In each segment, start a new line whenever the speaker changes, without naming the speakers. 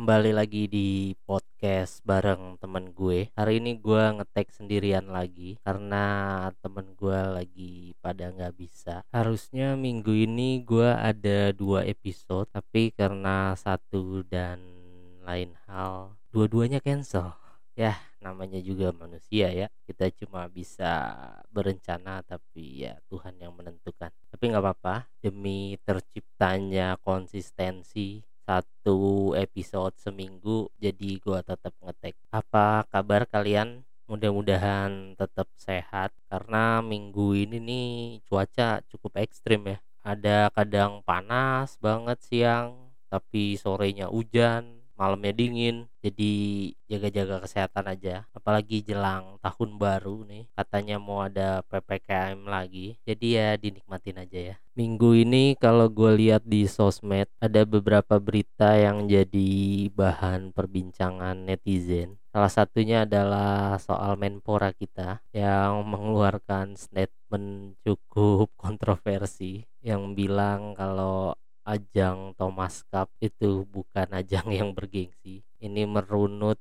kembali lagi di podcast bareng temen gue. Hari ini gue ngetek sendirian lagi karena temen gue lagi pada nggak bisa. Harusnya minggu ini gue ada 2 episode, tapi karena satu dan lain hal, dua-duanya cancel. Ya, namanya juga manusia ya. Kita cuma bisa berencana, tapi ya Tuhan yang menentukan. Tapi nggak apa-apa, demi terciptanya konsistensi 1 episode seminggu, jadi gua tetap ngetek. Apa kabar kalian? Mudah-mudahan tetap sehat karena minggu ini nih cuaca cukup ekstrim ya. Ada kadang panas banget siang, tapi sorenya hujan, malamnya dingin. Jadi jaga-jaga kesehatan aja. Apalagi jelang tahun baru nih, katanya mau ada PPKM lagi. Jadi ya dinikmatin aja ya. Minggu ini kalau gue lihat di sosmed ada beberapa berita yang jadi bahan perbincangan netizen. Salah satunya adalah soal Menpora kita yang mengeluarkan statement cukup kontroversi yang bilang kalau ajang Thomas Cup itu bukan ajang yang bergengsi. Ini merunut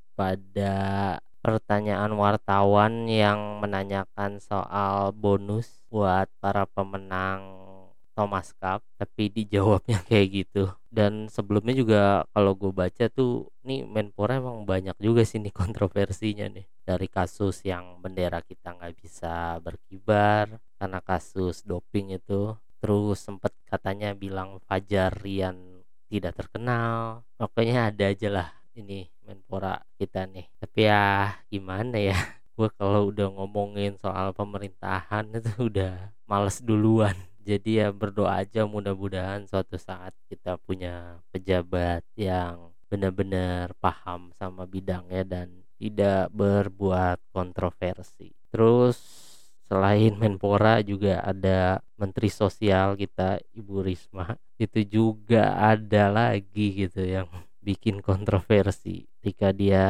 pada pertanyaan wartawan yang menanyakan soal bonus buat para pemenang Thomas Cup, tapi dijawabnya kayak gitu. Dan sebelumnya juga kalau gue baca tuh nih Menpora emang banyak juga sih nih kontroversinya nih, dari kasus yang bendera kita nggak bisa berkibar karena kasus doping itu, terus sempet katanya bilang Fajar Rian tidak terkenal. Pokoknya ada aja lah ini Menpora kita nih. Tapi ya gimana ya, gue kalau udah ngomongin soal pemerintahan itu udah males duluan. Jadi ya berdoa aja mudah-mudahan suatu saat kita punya pejabat yang benar-benar paham sama bidangnya dan tidak berbuat kontroversi. Terus selain Menpora juga ada Menteri Sosial kita Ibu Risma. Itu juga ada lagi gitu yang bikin kontroversi ketika dia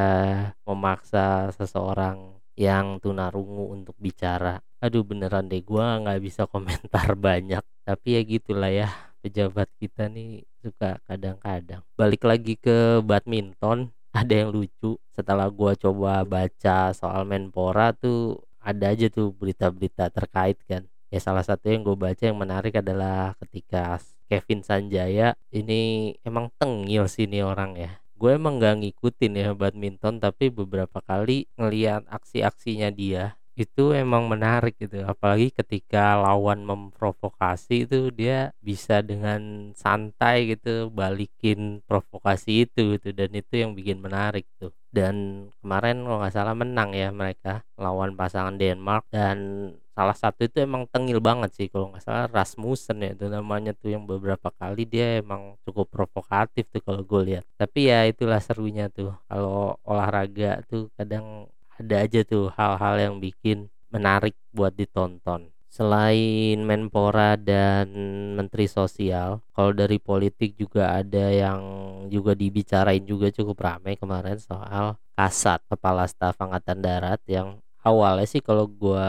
memaksa seseorang yang tunarungu untuk bicara. Aduh beneran deh, gua nggak bisa komentar banyak. Tapi ya gitulah ya, pejabat kita nih suka kadang-kadang. Balik lagi ke badminton, ada yang lucu. Setelah gua coba baca soal Menpora tuh ada aja tuh berita-berita terkait kan. Ya salah satu yang gue baca yang menarik adalah ketika Kevin Sanjaya ini emang tengil sih nih orang ya. Gue emang gak ngikutin ya badminton, tapi beberapa kali ngeliat aksi-aksinya dia itu emang menarik gitu. Apalagi ketika lawan memprovokasi itu dia bisa dengan santai gitu balikin provokasi itu gitu, dan itu yang bikin menarik tuh. Dan kemarin kalau nggak salah menang ya mereka lawan pasangan Denmark, dan salah satu itu emang tengil banget sih kalau nggak salah, Rasmussen ya itu namanya tuh, yang beberapa kali dia emang cukup provokatif tuh kalau gue lihat. Tapi ya itulah serunya tuh kalau olahraga tuh, kadang ada aja tuh hal-hal yang bikin menarik buat ditonton. Selain Menpora dan Menteri Sosial, kalau dari politik juga ada yang juga dibicarain juga cukup ramai kemarin soal Kasat, Kepala Staf Angkatan Darat, yang awalnya sih kalau gua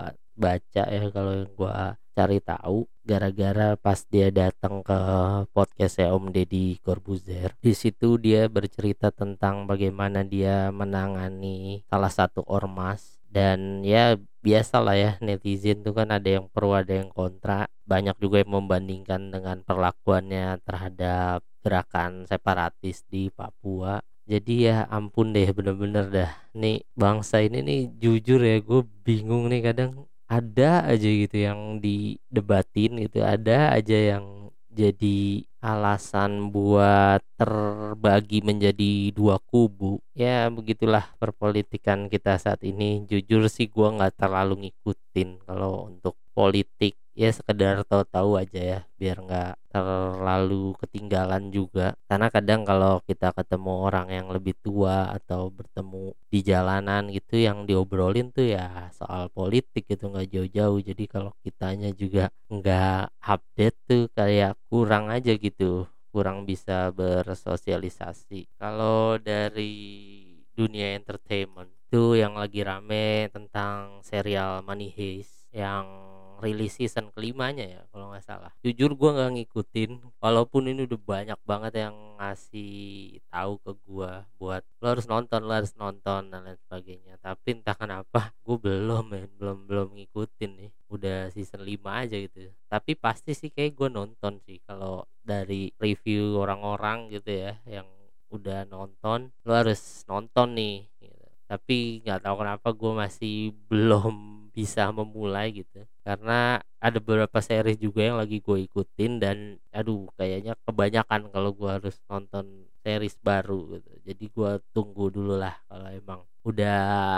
baca ya, kalau yang gua cari tahu gara-gara pas dia datang ke podcastnya Om Deddy Corbuzier. Di situ dia bercerita tentang bagaimana dia menangani salah satu ormas, dan ya biasalah ya, netizen tuh kan ada yang pro ada yang kontra. Banyak juga yang membandingkan dengan perlakuannya terhadap gerakan separatis di Papua. Jadi ya ampun deh, bener-bener dah nih bangsa ini nih, jujur ya gue bingung nih, kadang ada aja gitu yang didebatin gitu, ada aja yang jadi alasan buat terbagi menjadi 2 kubu. Ya begitulah perpolitikan kita saat ini. Jujur sih gua nggak terlalu ngikutin kalau untuk politik, ya sekedar tahu-tahu aja ya biar nggak terlalu ketinggalan juga. Karena kadang kalau kita ketemu orang yang lebih tua atau bertemu di jalanan gitu, yang diobrolin tuh ya soal politik gitu, nggak jauh-jauh. Jadi kalau kitanya juga nggak update tuh kayak kurang aja gitu, kurang bisa bersosialisasi. Kalau dari dunia entertainment itu yang lagi rame tentang serial Money Heist yang rilis season kelimanya ya kalau nggak salah. Jujur gue nggak ngikutin, walaupun ini udah banyak banget yang ngasih tahu ke gue buat lo harus nonton dan lain sebagainya. Tapi entah kenapa gue belum ya, belum ngikutin nih. Udah season 5 aja gitu. Tapi pasti sih kayak gue nonton sih kalau dari review orang-orang gitu ya yang udah nonton, lo harus nonton nih gitu. Tapi nggak tahu kenapa gue masih belum bisa memulai gitu, karena ada beberapa series juga yang lagi gue ikutin dan aduh kayaknya kebanyakan kalau gue harus nonton series baru gitu. Jadi gue tunggu dulu lah, kalau emang udah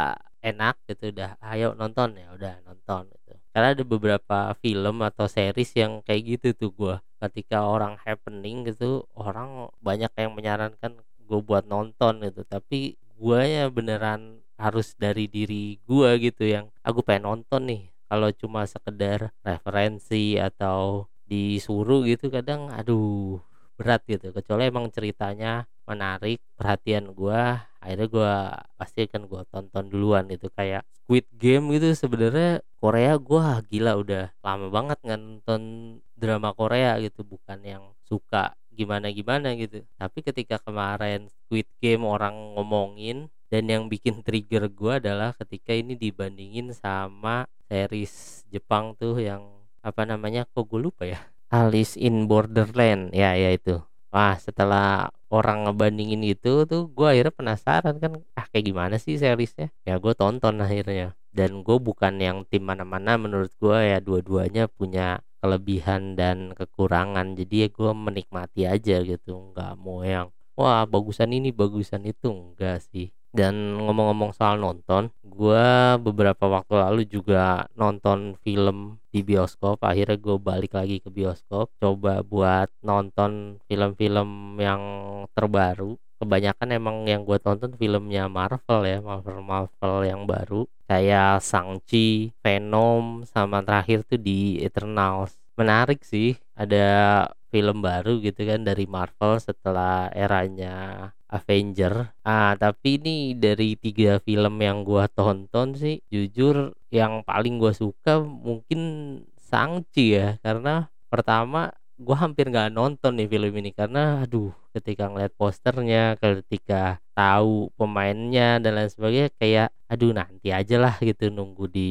enak gitu, udah ayo nonton, ya udah nonton gitu. Karena ada beberapa film atau series yang kayak gitu tuh, gue ketika orang happening gitu, orang banyak yang menyarankan gue buat nonton gitu, tapi gue ya beneran harus dari diri gue gitu yang aku pengen nonton nih. Kalau cuma sekedar referensi atau disuruh gitu kadang aduh berat gitu, kecuali emang ceritanya menarik perhatian gue, akhirnya gue pasti akan gue tonton duluan gitu. Kayak Squid Game gitu, sebenarnya Korea gue gila udah lama banget nggak nonton drama Korea gitu, bukan yang suka gimana-gimana gitu, tapi ketika kemarin Squid Game orang ngomongin, dan yang bikin trigger gue adalah ketika ini dibandingin sama series Jepang tuh yang apa namanya, kok gue lupa ya, Alice in Borderland ya, ya itu. Wah, setelah orang ngebandingin itu tuh gue akhirnya penasaran kan, kayak gimana sih seriesnya, ya gue tonton akhirnya. Dan gue bukan yang tim mana-mana, menurut gue ya dua-duanya punya kelebihan dan kekurangan, jadi ya gue menikmati aja gitu, nggak mau yang wah bagusan ini bagusan itu, enggak sih. Dan ngomong-ngomong soal nonton, gue beberapa waktu lalu juga nonton film di bioskop. Akhirnya gue balik lagi ke bioskop, coba buat nonton film-film yang terbaru. Kebanyakan emang yang gue tonton filmnya Marvel ya, Marvel yang baru, kayak Shang-Chi, Venom, sama terakhir tuh di Eternals. Menarik sih, ada film baru gitu kan dari Marvel setelah eranya Avenger. Tapi ini dari 3 film yang gua tonton sih, jujur yang paling gua suka mungkin Shang-Chi ya, karena pertama gua hampir nggak nonton nih film ini karena aduh ketika ngeliat posternya, ketika tahu pemainnya dan lain sebagainya, kayak aduh nanti aja lah gitu, nunggu di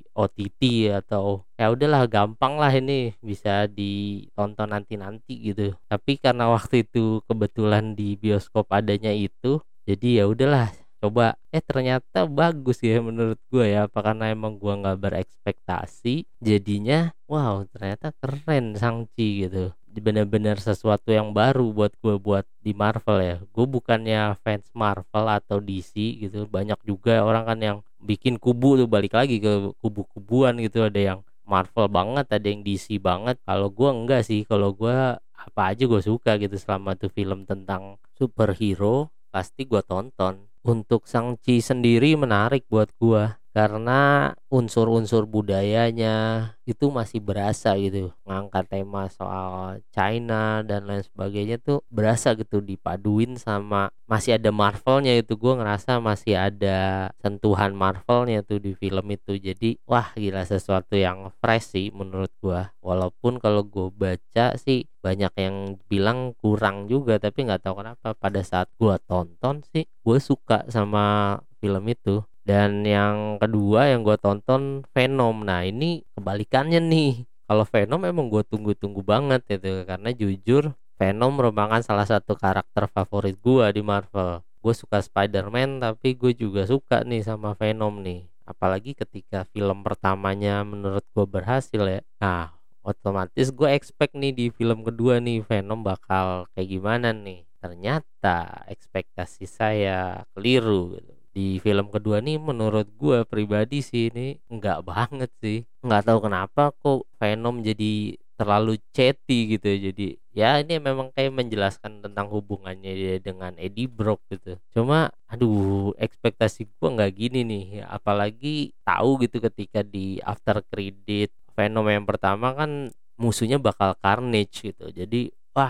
OTT atau ya udahlah gampang lah ini bisa ditonton nanti gitu. Tapi karena waktu itu kebetulan di bioskop adanya itu, jadi ya udahlah coba, ternyata bagus ya menurut gue ya, apa karena emang gue nggak berekspektasi jadinya wow ternyata keren Shang-Chi gitu. Bener-bener sesuatu yang baru buat gue, buat di Marvel ya. Gue bukannya fans Marvel atau DC gitu, banyak juga orang kan yang bikin kubu tuh, balik lagi ke kubu-kubuan gitu, ada yang Marvel banget, ada yang DC banget. Kalau gue enggak sih, kalau gue apa aja gue suka gitu, selama tuh film tentang superhero pasti gue tonton. Untuk Shang-Chi sendiri menarik buat gua karena unsur-unsur budayanya itu masih berasa gitu, ngangkat tema soal China dan lain sebagainya tuh berasa gitu, dipaduin sama masih ada Marvelnya, itu gua ngerasa masih ada sentuhan Marvelnya tuh di film itu. Jadi wah gila, sesuatu yang fresh sih menurut gua, walaupun kalau gua baca sih banyak yang bilang kurang juga, tapi nggak tahu kenapa pada saat gua tonton sih gue suka sama film itu. Dan yang kedua yang gue tonton Venom. Nah ini kebalikannya nih, kalau Venom emang gue tunggu-tunggu banget gitu, karena jujur Venom merupakan salah satu karakter favorit gue di Marvel. Gue suka Spider-Man, tapi gue juga suka nih sama Venom nih, apalagi ketika film pertamanya menurut gue berhasil ya. Nah otomatis gue expect nih di film kedua nih Venom bakal kayak gimana nih. Ternyata ekspektasi saya keliru gitu. Di film kedua nih menurut gue pribadi sih ini enggak banget sih. Enggak tahu kenapa kok Venom jadi terlalu chatty gitu ya. Jadi ya ini memang kayak menjelaskan tentang hubungannya dia dengan Eddie Brock gitu. Cuma aduh ekspektasi gue nggak gini nih. Apalagi tahu gitu ketika di after credit Venom yang pertama kan musuhnya bakal Carnage gitu. Jadi wah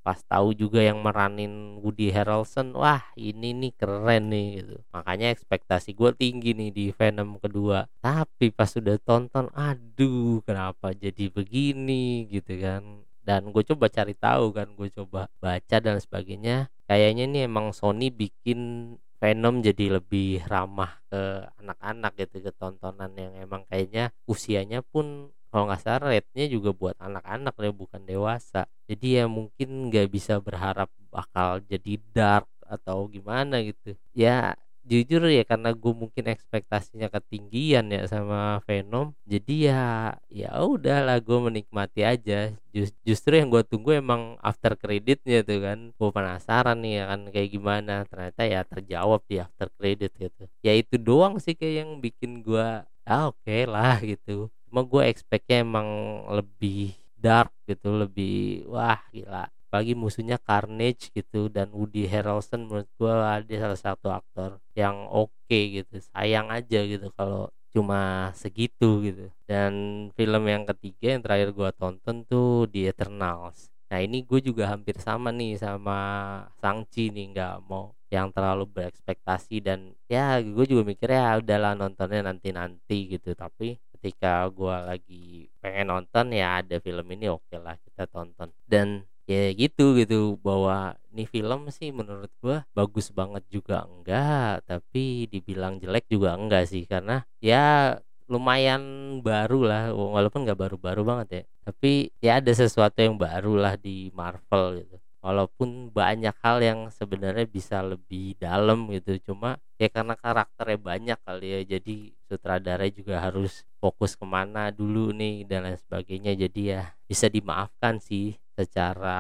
pas tahu juga yang meranin Woody Harrelson, wah ini nih keren nih gitu. Makanya ekspektasi gue tinggi nih di Venom kedua. Tapi pas sudah tonton, aduh kenapa jadi begini gitu kan. Dan gue coba cari tahu kan, gue coba baca dan sebagainya. Kayaknya nih emang Sony bikin Venom jadi lebih ramah ke anak-anak gitu, ke tontonan yang emang kayaknya usianya pun kalau nggak salah rate-nya juga buat anak-anak ya, bukan dewasa. Jadi ya mungkin nggak bisa berharap bakal jadi dark atau gimana gitu. Ya jujur ya, karena gue mungkin ekspektasinya ketinggian ya sama Venom, jadi ya udahlah gue menikmati aja. Justru yang gue tunggu emang after creditnya tuh kan, gue penasaran nih ya kan kayak gimana. Ternyata ya terjawab di after credit gitu. Ya itu doang sih kayak yang bikin gue oke lah gitu. Cuma gue expectnya emang lebih dark gitu, lebih wah gila. Apalagi musuhnya Carnage gitu, dan Woody Harrelson menurut gua dia salah satu aktor yang oke gitu. Sayang aja gitu kalau cuma segitu gitu. Dan film yang ketiga yang terakhir gua tonton tuh The Eternals. Nah ini gue juga hampir sama nih sama Shang-Chi nih, nggak mau yang terlalu berekspektasi. Dan ya gue juga mikir ya udahlah nontonnya nanti-nanti gitu. Tapi ketika gue lagi pengen nonton ya ada film ini, oke lah kita tonton. Dan ya gitu bahwa nih film sih menurut gua bagus banget juga enggak, tapi dibilang jelek juga enggak sih, karena ya lumayan baru lah, walaupun nggak baru-baru banget ya, tapi ya ada sesuatu yang baru lah di Marvel gitu. Walaupun banyak hal yang sebenarnya bisa lebih dalam gitu, cuma ya karena karakternya banyak kali ya, jadi sutradaranya juga harus fokus kemana dulu nih dan lain sebagainya. Jadi ya bisa dimaafkan sih secara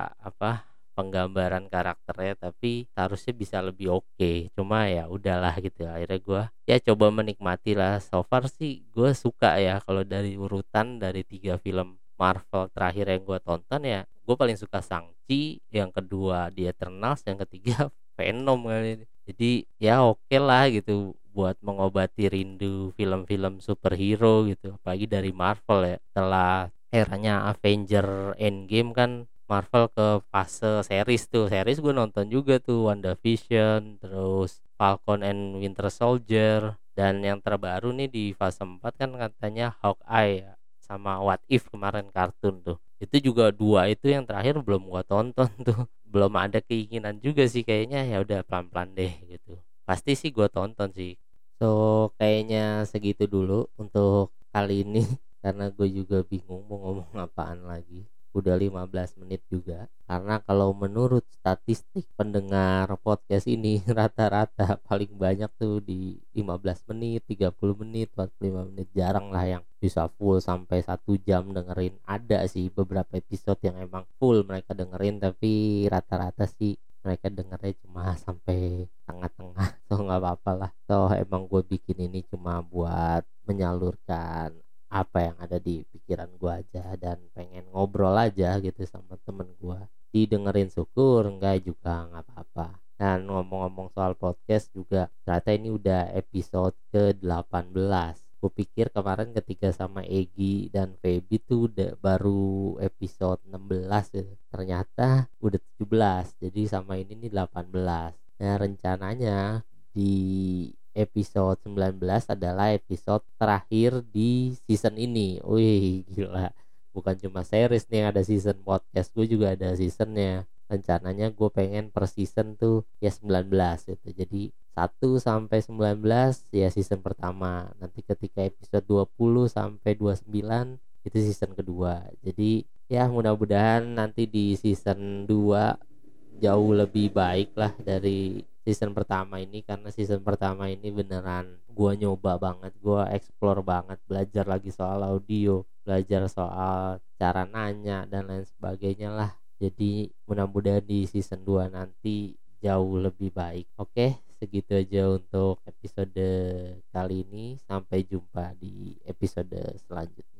penggambaran karakternya, tapi seharusnya bisa lebih oke. Cuma ya udahlah gitu, akhirnya gue ya coba menikmati lah. So far sih gue suka ya, kalau dari urutan dari 3 film Marvel terakhir yang gue tonton ya gue paling suka Shang-Chi, yang kedua The Eternals, yang ketiga Venom kali ini. Jadi ya oke lah gitu buat mengobati rindu film-film superhero gitu, apalagi dari Marvel ya. Setelah eranya Avenger Endgame kan Marvel ke fase series tuh. Series gue nonton juga tuh WandaVision, terus Falcon and Winter Soldier, dan yang terbaru nih di fase 4 kan katanya Hawkeye ya, sama What If kemarin kartun tuh. Itu juga dua itu yang terakhir belum gua tonton tuh. Belum ada keinginan juga sih, kayaknya ya udah pelan-pelan deh gitu. Pasti sih gua tonton sih. So kayaknya segitu dulu untuk kali ini karena gue juga bingung mau ngomong apaan lagi. Udah 15 menit juga, karena kalau menurut statistik pendengar podcast ini rata-rata paling banyak tuh di 15 menit, 30 menit, 45 menit. Jarang lah yang bisa full sampai 1 jam dengerin. Ada sih beberapa episode yang emang full mereka dengerin, tapi rata-rata sih mereka dengernya cuma sampai tengah-tengah. So nggak apa-apa lah, so emang gue bikin ini cuma buat menyalurkan apa yang ada di pikiran gue aja, dan pengen ngobrol aja gitu sama temen gue. Didengerin syukur, enggak juga nggak apa-apa. Dan ngomong-ngomong soal podcast juga, ternyata ini udah episode ke-18. Gue pikir kemarin ketika sama Egi dan Feby tuh udah baru episode 16 ya. Ternyata udah 17. Jadi sama ini nih 18. Nah rencananya di episode 19 adalah episode terakhir di season ini. Wih gila, bukan cuma series nih yang ada season, podcast gue juga ada seasonnya. Rencananya gue pengen per season tuh ya 19 gitu. Jadi 1 sampai 19 ya season pertama. Nanti ketika episode 20 sampai 29 itu season kedua. Jadi ya mudah-mudahan nanti di season 2 jauh lebih baik lah dari season pertama ini, karena season pertama ini beneran gua nyoba banget, gua explore banget, belajar lagi soal audio, belajar soal cara nanya dan lain sebagainya lah. Jadi mudah-mudahan di season 2 nanti jauh lebih baik. Oke, segitu aja untuk episode kali ini. Sampai jumpa di episode selanjutnya.